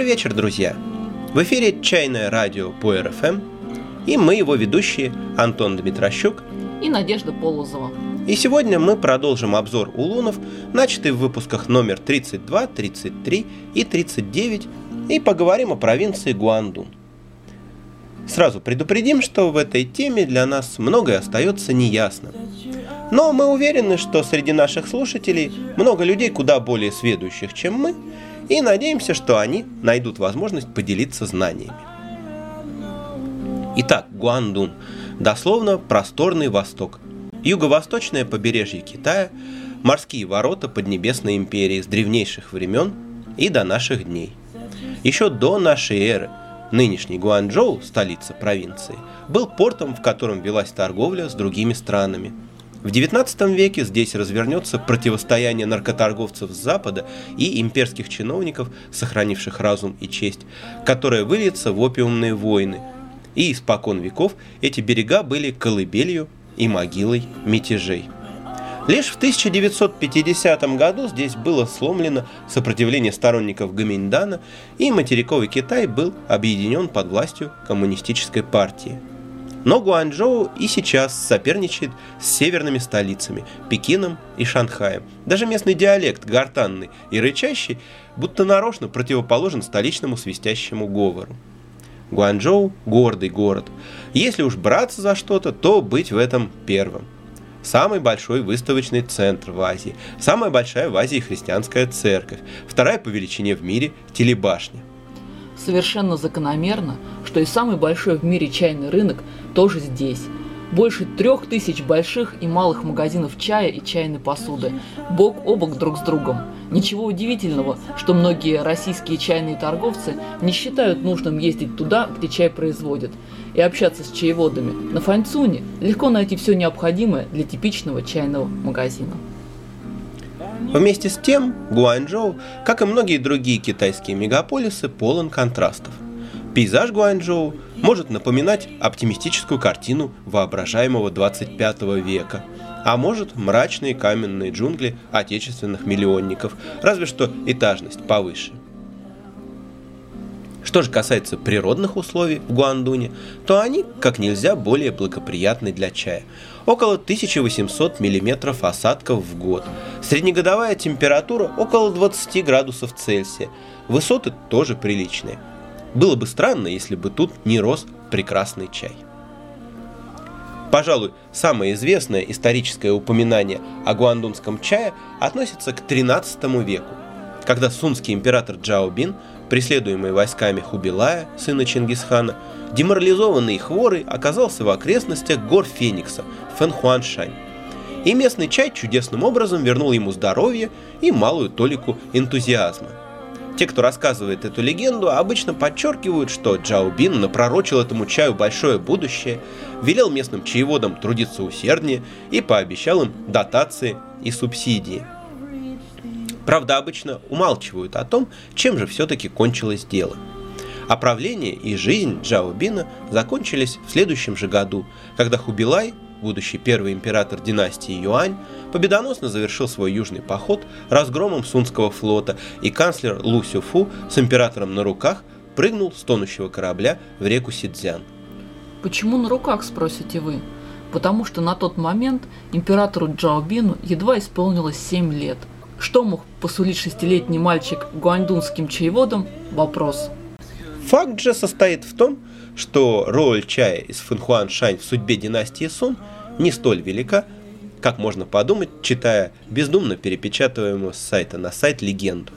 Добрый вечер, друзья! В эфире «Чайное радио» по РФМ, и мы, его ведущие, Антон Дмитрощук и Надежда Полозова. И сегодня мы продолжим обзор улунов, начатый в выпусках номер 32, 33 и 39, и поговорим о провинции Гуандун. Сразу предупредим, что в этой теме для нас многое остается неясным. Но мы уверены, что среди наших слушателей много людей куда более сведущих, чем мы, и надеемся, что они найдут возможность поделиться знаниями. Итак, Гуандун, дословно просторный восток, юго-восточное побережье Китая, морские ворота Поднебесной империи с древнейших времен и до наших дней. Еще до нашей эры нынешний Гуанчжоу, столица провинции, был портом, в котором велась торговля с другими странами. В XIX веке здесь развернется противостояние наркоторговцев с Запада и имперских чиновников, сохранивших разум и честь, которое выльется в опиумные войны. И испокон веков эти берега были колыбелью и могилой мятежей. Лишь в 1950 году здесь было сломлено сопротивление сторонников Гоминьдана, и материковый Китай был объединен под властью коммунистической партии. Но Гуанчжоу и сейчас соперничает с северными столицами Пекином и Шанхаем. Даже местный диалект, гортанный и рычащий, будто нарочно противоположен столичному свистящему говору. Гуанчжоу – гордый город. Если уж браться за что-то, то быть в этом первым. Самый большой выставочный центр в Азии, самая большая в Азии христианская церковь, вторая по величине в мире телебашня. Совершенно закономерно, что и самый большой в мире чайный рынок тоже здесь. Больше 3000 больших и малых магазинов чая и чайной посуды, бок о бок друг с другом. Ничего удивительного, что многие российские чайные торговцы не считают нужным ездить туда, где чай производят, и общаться с чаеводами. На Фанцюне легко найти все необходимое для типичного чайного магазина. Вместе с тем, Гуанчжоу, как и многие другие китайские мегаполисы, полон контрастов. Пейзаж Гуанчжоу может напоминать оптимистическую картину воображаемого 25 века, а может мрачные каменные джунгли отечественных миллионников, разве что этажность повыше. Что же касается природных условий в Гуандуне, то они как нельзя более благоприятны для чая. Около 1800 мм осадков в год. Среднегодовая температура около 20 градусов Цельсия. Высоты тоже приличные. Было бы странно, если бы тут не рос прекрасный чай. Пожалуй, самое известное историческое упоминание о гуандунском чае относится к XIII веку, когда сунский император Чжаобин, преследуемый войсками Хубилая, сына Чингисхана, деморализованный и хворый, оказался в окрестностях гор Феникса, Фэнхуаншань. И местный чай чудесным образом вернул ему здоровье и малую толику энтузиазма. Те, кто рассказывает эту легенду, обычно подчеркивают, что Чжаобин напророчил этому чаю большое будущее, велел местным чаеводам трудиться усерднее и пообещал им дотации и субсидии. Правда, обычно умалчивают о том, чем же все-таки кончилось дело. А правление и жизнь Чжаобина закончились в следующем же году, когда Хубилай, будущий первый император династии Юань, победоносно завершил свой южный поход разгромом сунского флота, и канцлер Лу Сюфу с императором на руках прыгнул с тонущего корабля в реку Сицзян. Почему на руках, спросите вы? Потому что на тот момент императору Чжаобину едва исполнилось 7 лет. Что мог посулить 6-летний мальчик гуандунским чаеводам? Вопрос. Факт же состоит в том, что роль чая из Фэнхуаншань в судьбе династии Сун не столь велика, как можно подумать, читая бездумно перепечатываемую с сайта на сайт легенду.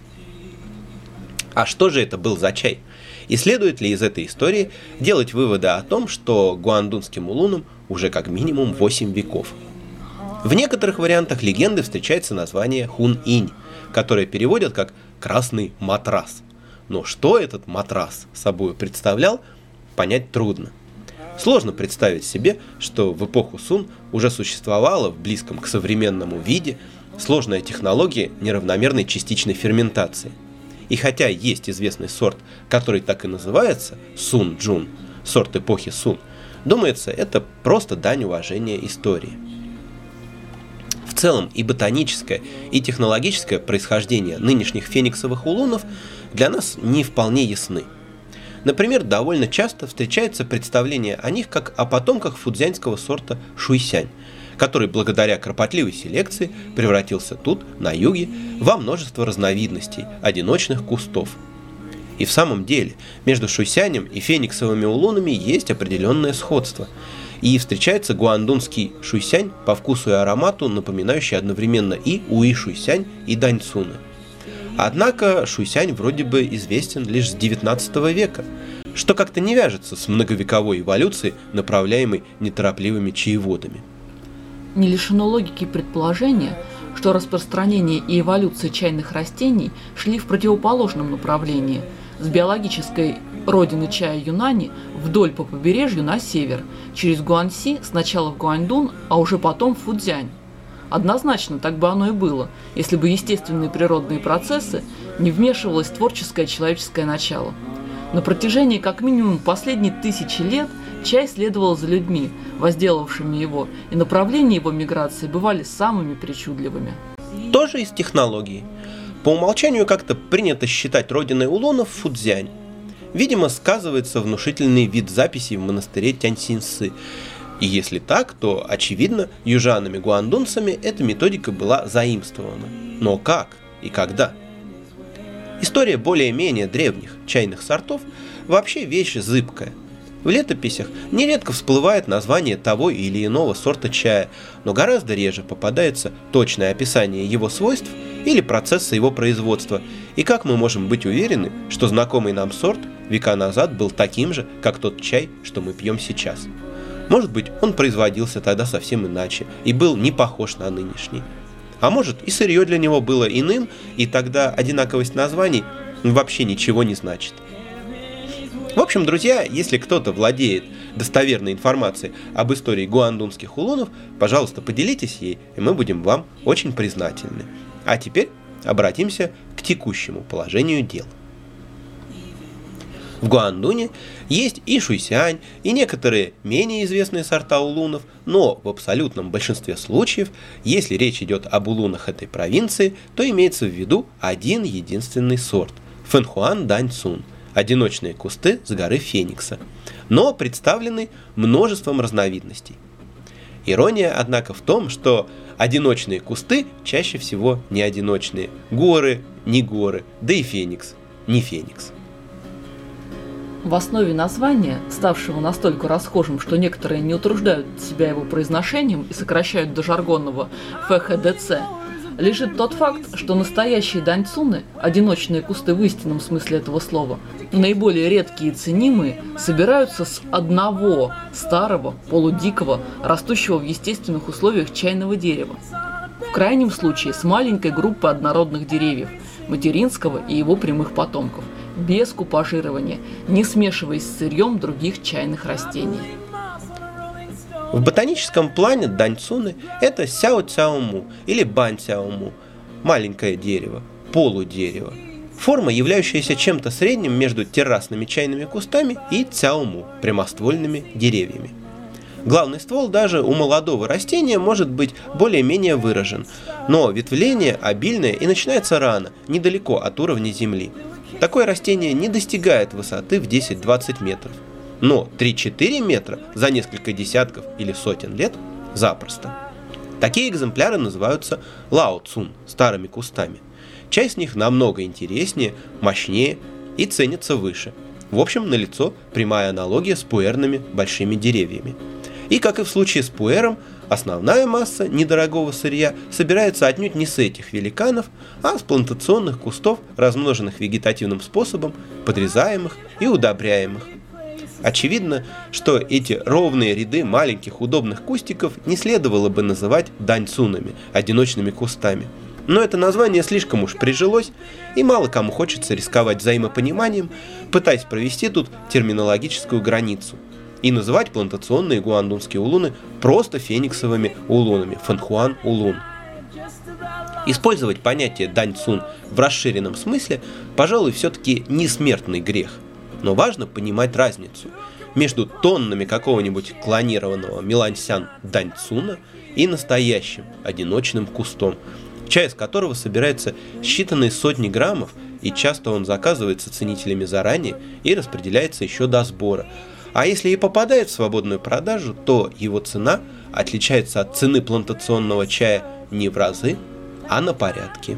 А что же это был за чай? И следует ли из этой истории делать выводы о том, что гуандунским улунам уже как минимум 8 веков? В некоторых вариантах легенды встречается название Хун-инь, которое переводят как «красный матрас». Но что этот матрас собой представлял, понять трудно. Сложно представить себе, что в эпоху Сун уже существовала в близком к современному виде сложная технология неравномерной частичной ферментации. И хотя есть известный сорт, который так и называется Сун-джун, сорт эпохи Сун, думается, это просто дань уважения истории. В целом и ботаническое, и технологическое происхождение нынешних фениксовых улунов для нас не вполне ясны. Например, довольно часто встречается представление о них как о потомках фудзянского сорта шуйсянь, который благодаря кропотливой селекции превратился тут, на юге, во множество разновидностей одиночных кустов. И в самом деле, между шуйсянем и фениксовыми улунами есть определенное сходство. И встречается гуандунский шуйсянь по вкусу и аромату, напоминающий одновременно и уи-шуйсянь, и даньцуны. Однако шуйсянь вроде бы известен лишь с 19 века, что как-то не вяжется с многовековой эволюцией, направляемой неторопливыми чаеводами. Не лишено логики предположения, что распространение и эволюция чайных растений шли в противоположном направлении, с биологической родины чая Юнани вдоль по побережью на север, через Гуанси сначала в Гуаньдун, а уже потом в Фудзянь. Однозначно, так бы оно и было, если бы естественные природные процессы не вмешивалось творческое человеческое начало. На протяжении как минимум последних 1000 лет чай следовал за людьми, возделавшими его, и направления его миграции бывали самыми причудливыми. Тоже из технологии. По умолчанию как-то принято считать родиной улунов Фудзянь. Видимо, сказывается внушительный вид записей в монастыре Тяньсиньсы. И если так, то, очевидно, южанами-гуандунцами эта методика была заимствована. Но как и когда? История более-менее древних чайных сортов вообще вещь зыбкая. В летописях нередко всплывает название того или иного сорта чая, но гораздо реже попадается точное описание его свойств или процесса его производства, и как мы можем быть уверены, что знакомый нам сорт века назад был таким же, как тот чай, что мы пьем сейчас. Может быть, он производился тогда совсем иначе и был не похож на нынешний. А может, и сырье для него было иным, и тогда одинаковость названий вообще ничего не значит. В общем, друзья, если кто-то владеет достоверной информацией об истории гуандунских улунов, пожалуйста, поделитесь ей, и мы будем вам очень признательны. А теперь обратимся к текущему положению дел. В Гуандуне есть и шуйсянь, и некоторые менее известные сорта улунов, но в абсолютном большинстве случаев, если речь идет об улунах этой провинции, то имеется в виду один единственный сорт – Фэнхуан Даньцун, одиночные кусты с горы Феникса, но представлены множеством разновидностей. Ирония, однако, в том, что одиночные кусты чаще всего не одиночные, горы не горы, да и феникс не феникс. В основе названия, ставшего настолько расхожим, что некоторые не утруждают себя его произношением и сокращают до жаргонного ФХДЦ, лежит тот факт, что настоящие даньцуны, одиночные кусты в истинном смысле этого слова, наиболее редкие и ценимые, собираются с одного старого, полудикого, растущего в естественных условиях чайного дерева. В крайнем случае с маленькой группой однородных деревьев, материнского и его прямых потомков, без купажирования, не смешиваясь с сырьем других чайных растений. В ботаническом плане даньцуны – это сяо-цяо-му или бань-цяо-му – маленькое дерево, полудерево. Форма, являющаяся чем-то средним между террасными чайными кустами и цяо-му – прямоствольными деревьями. Главный ствол даже у молодого растения может быть более-менее выражен, но ветвление обильное и начинается рано, недалеко от уровня земли. Такое растение не достигает высоты в 10-20 метров. Но 3-4 метра за несколько десятков или сотен лет запросто. Такие экземпляры называются лао-цун, старыми кустами. Часть из них намного интереснее, мощнее и ценится выше. В общем, налицо прямая аналогия с пуэрными большими деревьями. И как и в случае с пуэром, основная масса недорогого сырья собирается отнюдь не с этих великанов, а с плантационных кустов, размноженных вегетативным способом, подрезаемых и удобряемых. Очевидно, что эти ровные ряды маленьких удобных кустиков не следовало бы называть даньцунами, одиночными кустами. Но это название слишком уж прижилось, и мало кому хочется рисковать взаимопониманием, пытаясь провести тут терминологическую границу и называть плантационные гуандунские улуны просто фениксовыми улунами, фэнхуан улун. Использовать понятие даньцун в расширенном смысле, пожалуй, все-таки не смертный грех. Но важно понимать разницу между тоннами какого-нибудь клонированного мелансян даньцуна и настоящим одиночным кустом, чай из которого собирается считанные сотни граммов, и часто он заказывается ценителями заранее и распределяется еще до сбора. А если и попадает в свободную продажу, то его цена отличается от цены плантационного чая не в разы, а на порядки.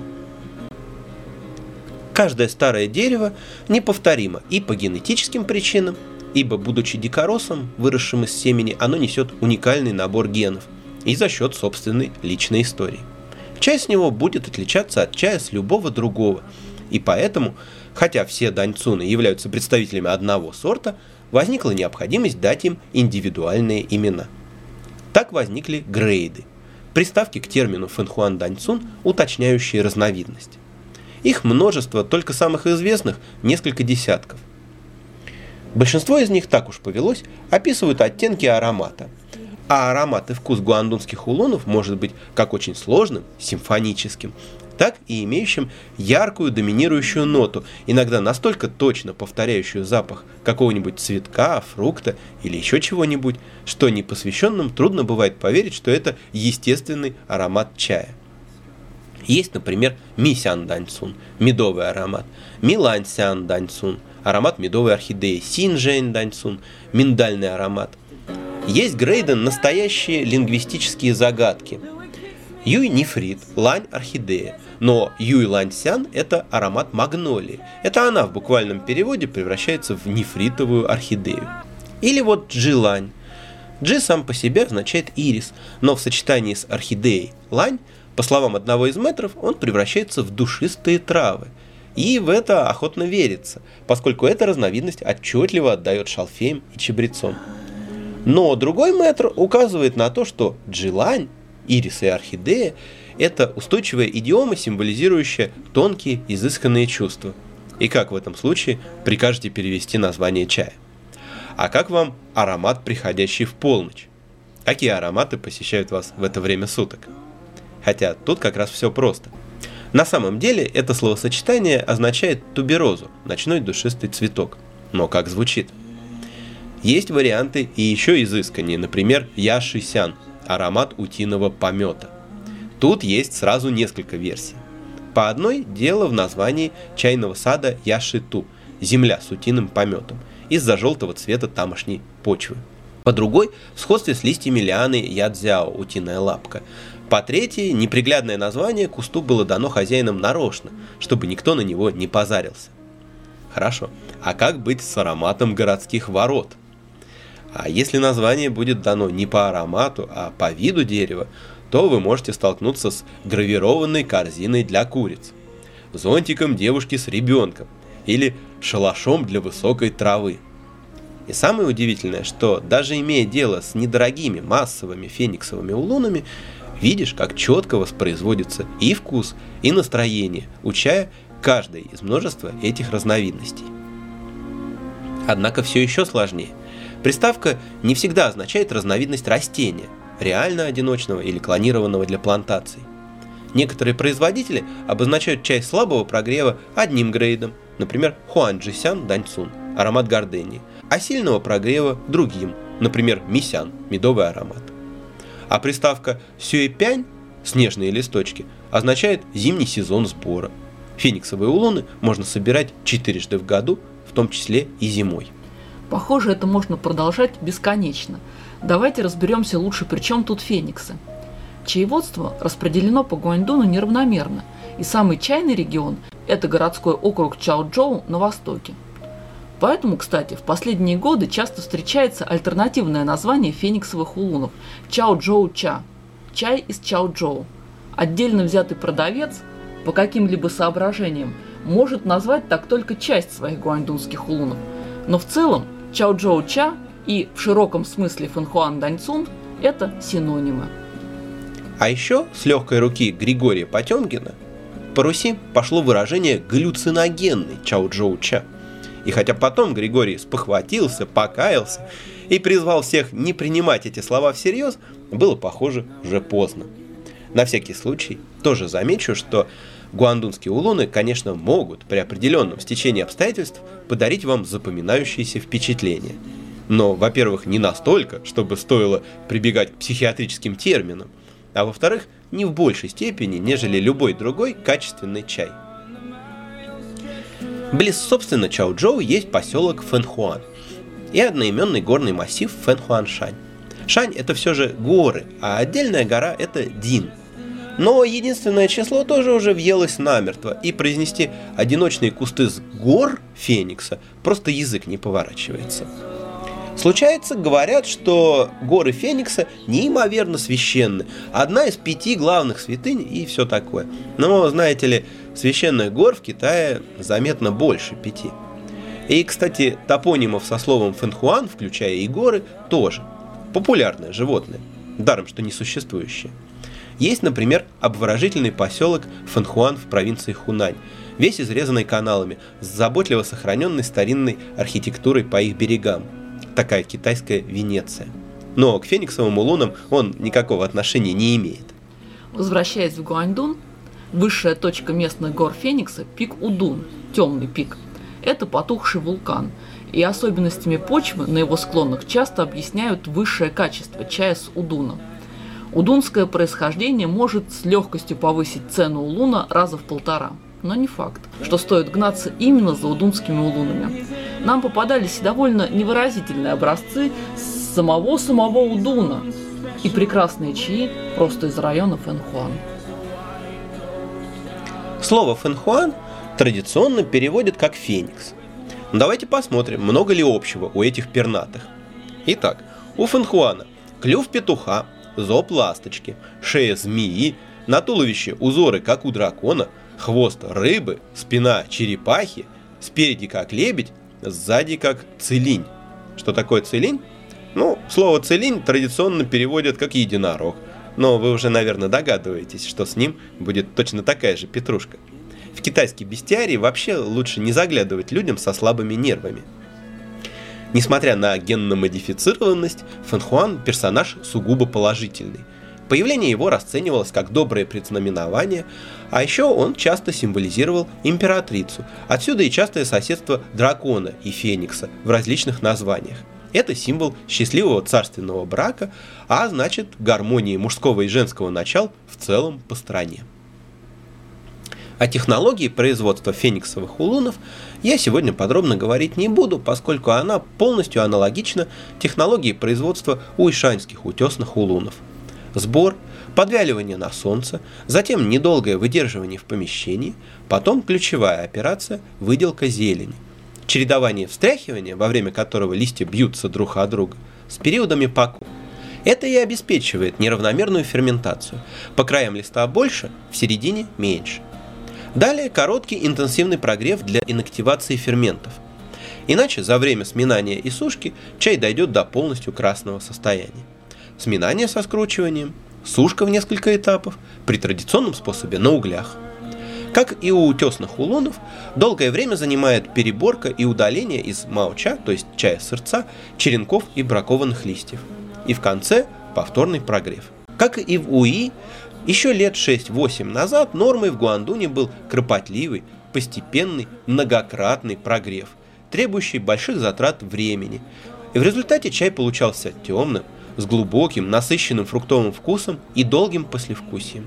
Каждое старое дерево неповторимо и по генетическим причинам, ибо, будучи дикоросом, выросшим из семени, оно несет уникальный набор генов и за счет собственной личной истории. Чай с него будет отличаться от чая с любого другого, и поэтому, хотя все даньцуны являются представителями одного сорта, возникла необходимость дать им индивидуальные имена. Так возникли грейды, приставки к термину фэнхуан даньцун, уточняющие разновидность. Их множество, только самых известных несколько десятков. Большинство из них, так уж повелось, описывают оттенки аромата. А аромат и вкус гуандунских улунов может быть как очень сложным, симфоническим, так и имеющим яркую доминирующую ноту, иногда настолько точно повторяющую запах какого-нибудь цветка, фрукта или еще чего-нибудь, что непосвященным трудно бывает поверить, что это естественный аромат чая. Есть, например, Мисян даньцун, медовый аромат, Милансян даньцун, аромат медовой орхидеи, Синжэнь даньцун, миндальный аромат. Есть грейды настоящие лингвистические загадки. Юй нефрит, лань орхидея, но юй ланьсян – это аромат магнолии. Это она в буквальном переводе превращается в нефритовую орхидею. Или вот джи лань. Джи сам по себе означает ирис, но в сочетании с орхидеей лань, по словам одного из мэтров, он превращается в душистые травы. И в это охотно верится, поскольку эта разновидность отчетливо отдает шалфеем и чабрецом. Но другой мэтр указывает на то, что джилань, ирис и орхидея – это устойчивая идиома, символизирующая тонкие, изысканные чувства. И как в этом случае прикажете перевести название чая? А как вам аромат, приходящий в полночь? Какие ароматы посещают вас в это время суток? Хотя тут как раз все просто. На самом деле это словосочетание означает туберозу, ночной душистый цветок. Но как звучит? Есть варианты и еще изысканнее, например, яшисян, аромат утиного помета. Тут есть сразу несколько версий. По одной дело в названии чайного сада яшиту, земля с утиным пометом, из-за желтого цвета тамошней почвы. По другой в сходстве с листьями лианы ядзяо, утиная лапка. По третьей неприглядное название кусту было дано хозяинам нарочно, чтобы никто на него не позарился. Хорошо, а как быть с ароматом городских ворот? А если название будет дано не по аромату, а по виду дерева, то вы можете столкнуться с гравированной корзиной для куриц, зонтиком девушки с ребенком или шалашом для высокой травы. И самое удивительное, что даже имея дело с недорогими массовыми фениксовыми улунами, видишь, как четко воспроизводится и вкус, и настроение у чая каждой из множества этих разновидностей. Однако все еще сложнее. Приставка не всегда означает разновидность растения, реально одиночного или клонированного для плантаций. Некоторые производители обозначают чай слабого прогрева одним грейдом, например, хуанджисян даньцун, аромат гордении, а сильного прогрева другим, например, мисян, медовый аромат. А приставка сюэпянь, снежные листочки, означает зимний сезон сбора. Фениксовые улуны можно собирать 4 в году, в том числе и зимой. Похоже, это можно продолжать бесконечно. Давайте разберемся лучше, при чем тут фениксы. Чаеводство распределено по Гуаньдуну неравномерно, и самый чайный регион – это городской округ Чаочжоу на востоке. Поэтому, кстати, в последние годы часто встречается альтернативное название фениксовых улунов – Чаочжоу-ча – чай из Чаочжоу. Отдельно взятый продавец по каким-либо соображениям может назвать так только часть своих гуаньдунских улунов, но в целом Чаочжоу-ча и в широком смысле фэнхуан даньцун – это синонимы. А еще с легкой руки Григория Потемкина по Руси пошло выражение «галлюциногенный Чаочжоу-ча». И хотя потом Григорий спохватился, покаялся и призвал всех не принимать эти слова всерьез, было, похоже, уже поздно. На всякий случай тоже замечу, что гуандунские улуны, конечно, могут при определенном стечении обстоятельств подарить вам запоминающиеся впечатления. Но, во-первых, не настолько, чтобы стоило прибегать к психиатрическим терминам, а во-вторых, не в большей степени, нежели любой другой качественный чай. Близ, собственно, Чаочжоу есть поселок Фэнхуан и одноименный горный массив Фэнхуаншань. Шань – это все же горы, а отдельная гора – это Дин. Но единственное число тоже уже въелось намертво, и произнести одиночные кусты с гор Феникса просто язык не поворачивается. Случается, говорят, что горы Феникса неимоверно священны, одна из 5 главных святынь и все такое. Но, знаете ли, священных гор в Китае заметно больше 5. И, кстати, топонимов со словом Фэнхуан, включая и горы, тоже. Популярное животное, даром что несуществующее. Есть, например, обворожительный поселок Фэнхуан в провинции Хунань, весь изрезанный каналами, с заботливо сохраненной старинной архитектурой по их берегам. Такая китайская Венеция. Но к фениксовым лунам он никакого отношения не имеет. Возвращаясь в Гуаньдун, высшая точка местных гор Феникса – пик Удун, темный пик. Это потухший вулкан, и особенностями почвы на его склонах часто объясняют высшее качество чая с удуна. Удунское происхождение может с легкостью повысить цену улуна раза в 1,5. Но не факт, что стоит гнаться именно за удунскими улунами. Нам попадались довольно невыразительные образцы самого удуна и прекрасные чаи просто из района Фэнхуан. Слово «фэнхуан» традиционно переводят как «феникс». Но давайте посмотрим, много ли общего у этих пернатых. Итак, у Фэнхуана клюв петуха, зоб ласточки, шея змеи, на туловище узоры, как у дракона, хвост рыбы, спина черепахи, спереди как лебедь, сзади как цилинь. Что такое цилинь? Ну, слово цилинь традиционно переводят как единорог, но вы уже, наверное, догадываетесь, что с ним будет точно такая же петрушка. В китайский бестиарий вообще лучше не заглядывать людям со слабыми нервами. Несмотря на генно-модифицированность, Фэнхуан – персонаж сугубо положительный. Появление его расценивалось как доброе предзнаменование, а еще он часто символизировал императрицу, отсюда и частое соседство дракона и феникса в различных названиях. Это символ счастливого царственного брака, а значит гармонии мужского и женского начал в целом по стране. О технологии производства фениксовых улунов я сегодня подробно говорить не буду, поскольку она полностью аналогична технологии производства уйшаньских утесных улунов. Сбор, подвяливание на солнце, затем недолгое выдерживание в помещении, потом ключевая операция – выделка зелени. Чередование встряхивания, во время которого листья бьются друг о друга, с периодами паку. Это и обеспечивает неравномерную ферментацию. По краям листа больше, в середине меньше. Далее короткий интенсивный прогрев для инактивации ферментов. Иначе за время сминания и сушки чай дойдет до полностью красного состояния. Сминание со скручиванием, сушка в несколько этапов, при традиционном способе на углях. Как и у утесных улунов, долгое время занимает переборка и удаление из маоча, то есть чая сырца, черенков и бракованных листьев. И в конце повторный прогрев. Как и в УИ, еще лет 6-8 назад нормой в Гуандуне был кропотливый, постепенный, многократный прогрев, требующий больших затрат времени. И в результате чай получался темным, с глубоким, насыщенным фруктовым вкусом и долгим послевкусием.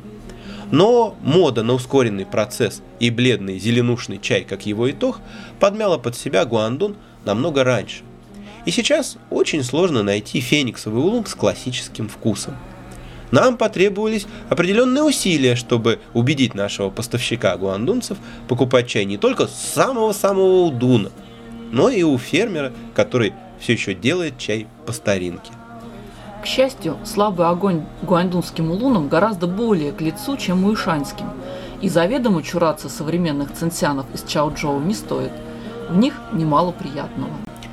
Но мода на ускоренный процесс и бледный зеленушный чай, как его итог, подмяла под себя Гуандун намного раньше. И сейчас очень сложно найти фениксовый улун с классическим вкусом. Нам потребовались определенные усилия, чтобы убедить нашего поставщика гуандунцев покупать чай не только с самого-самого удуна, но и у фермера, который все еще делает чай по старинке. К счастью, слабый огонь гуандунским улунам гораздо более к лицу, чем уишаньским, и заведомо чураться современных цинсянов из Чаочжоу не стоит. В них немало приятного.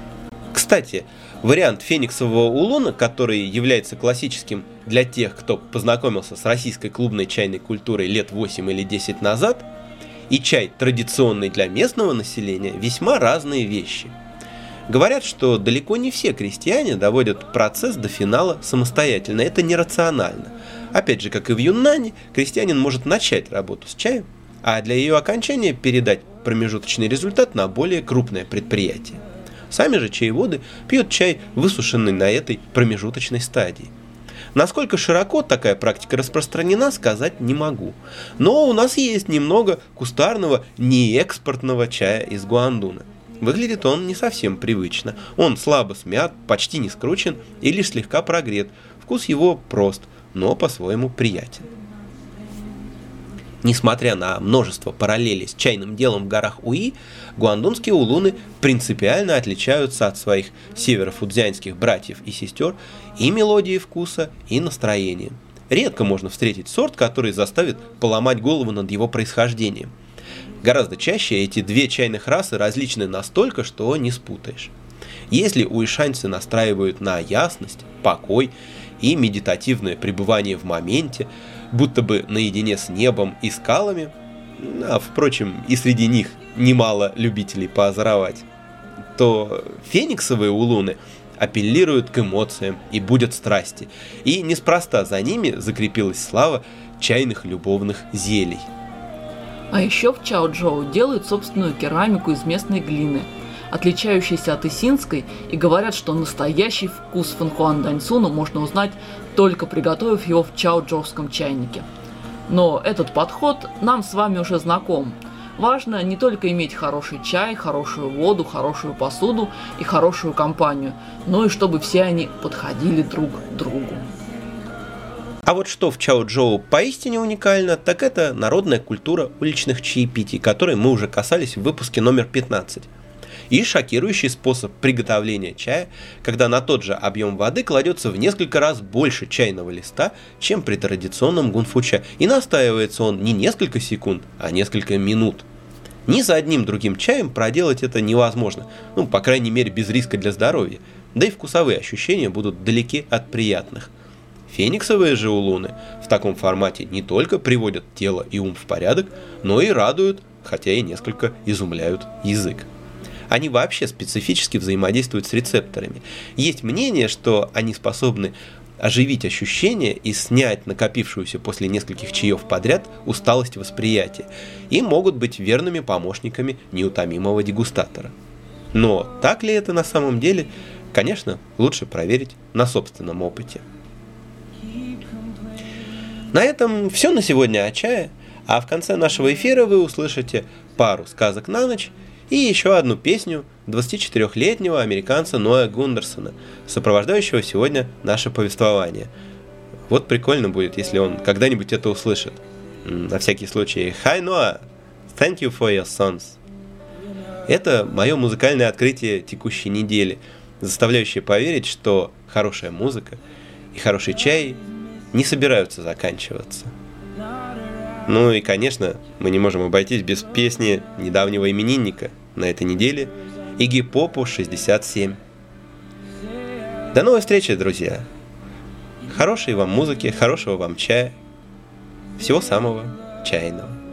Кстати, вариант фениксового улуна, который является классическим для тех, кто познакомился с российской клубной чайной культурой лет 8 или 10 назад, и чай, традиционный для местного населения, весьма разные вещи. Говорят, что далеко не все крестьяне доводят процесс до финала самостоятельно, это нерационально. Опять же, как и в Юннане, крестьянин может начать работу с чаем, а для ее окончания передать промежуточный результат на более крупное предприятие. Сами же чаеводы пьют чай, высушенный на этой промежуточной стадии. Насколько широко такая практика распространена, сказать не могу. Но у нас есть немного кустарного неэкспортного чая из Гуандуна. Выглядит он не совсем привычно. Он слабо смят, почти не скручен и лишь слегка прогрет. Вкус его прост, но по-своему приятен. Несмотря на множество параллелей с чайным делом в горах Уи, гуандунские улуны принципиально отличаются от своих северо-фудзянских братьев и сестер и мелодией вкуса, и настроением. Редко можно встретить сорт, который заставит поломать голову над его происхождением. Гораздо чаще эти две чайных расы различны настолько, что не спутаешь. Если уишаньцы настраивают на ясность, покой и медитативное пребывание в моменте, будто бы наедине с небом и скалами, а, впрочем, и среди них немало любителей поозоровать, то фениксовые улуны апеллируют к эмоциям и будят страсти, и неспроста за ними закрепилась слава чайных любовных зелий. А еще в Чаочжоу делают собственную керамику из местной глины, отличающейся от исинской, и говорят, что настоящий вкус фэнхуан даньцуна можно узнать, только приготовив его в чаочжоуском чайнике. Но этот подход нам с вами уже знаком. Важно не только иметь хороший чай, хорошую воду, хорошую посуду и хорошую компанию, но и чтобы все они подходили друг к другу. А вот что в Чаочжоу поистине уникально, так это народная культура уличных чаепитий, которой мы уже касались в выпуске номер 15. И шокирующий способ приготовления чая, когда на тот же объем воды кладется в несколько раз больше чайного листа, чем при традиционном гунфу-ча, и настаивается он не несколько секунд, а несколько минут. Ни за одним другим чаем проделать это невозможно, по крайней мере без риска для здоровья, да и вкусовые ощущения будут далеки от приятных. Фениксовые же улуны в таком формате не только приводят тело и ум в порядок, но и радуют, хотя и несколько изумляют язык. Они вообще специфически взаимодействуют с рецепторами. Есть мнение, что они способны оживить ощущения и снять накопившуюся после нескольких чаев подряд усталость восприятия и могут быть верными помощниками неутомимого дегустатора. Но так ли это на самом деле, конечно, лучше проверить на собственном опыте. На этом все на сегодня о чае, а в конце нашего эфира вы услышите пару сказок на ночь и еще одну песню 24-летнего американца Ноа Гундерсона, сопровождающего сегодня наше повествование. Вот прикольно будет, если он когда-нибудь это услышит. На всякий случай, Hi Noah, thank you for your songs. Это мое музыкальное открытие текущей недели, заставляющее поверить, что хорошая музыка и хороший чай не собираются заканчиваться. Ну и, конечно, мы не можем обойтись без песни недавнего именинника на этой неделе, Игги Попу 67. До новой встречи, друзья! Хорошей вам музыки, хорошего вам чая, всего самого чайного.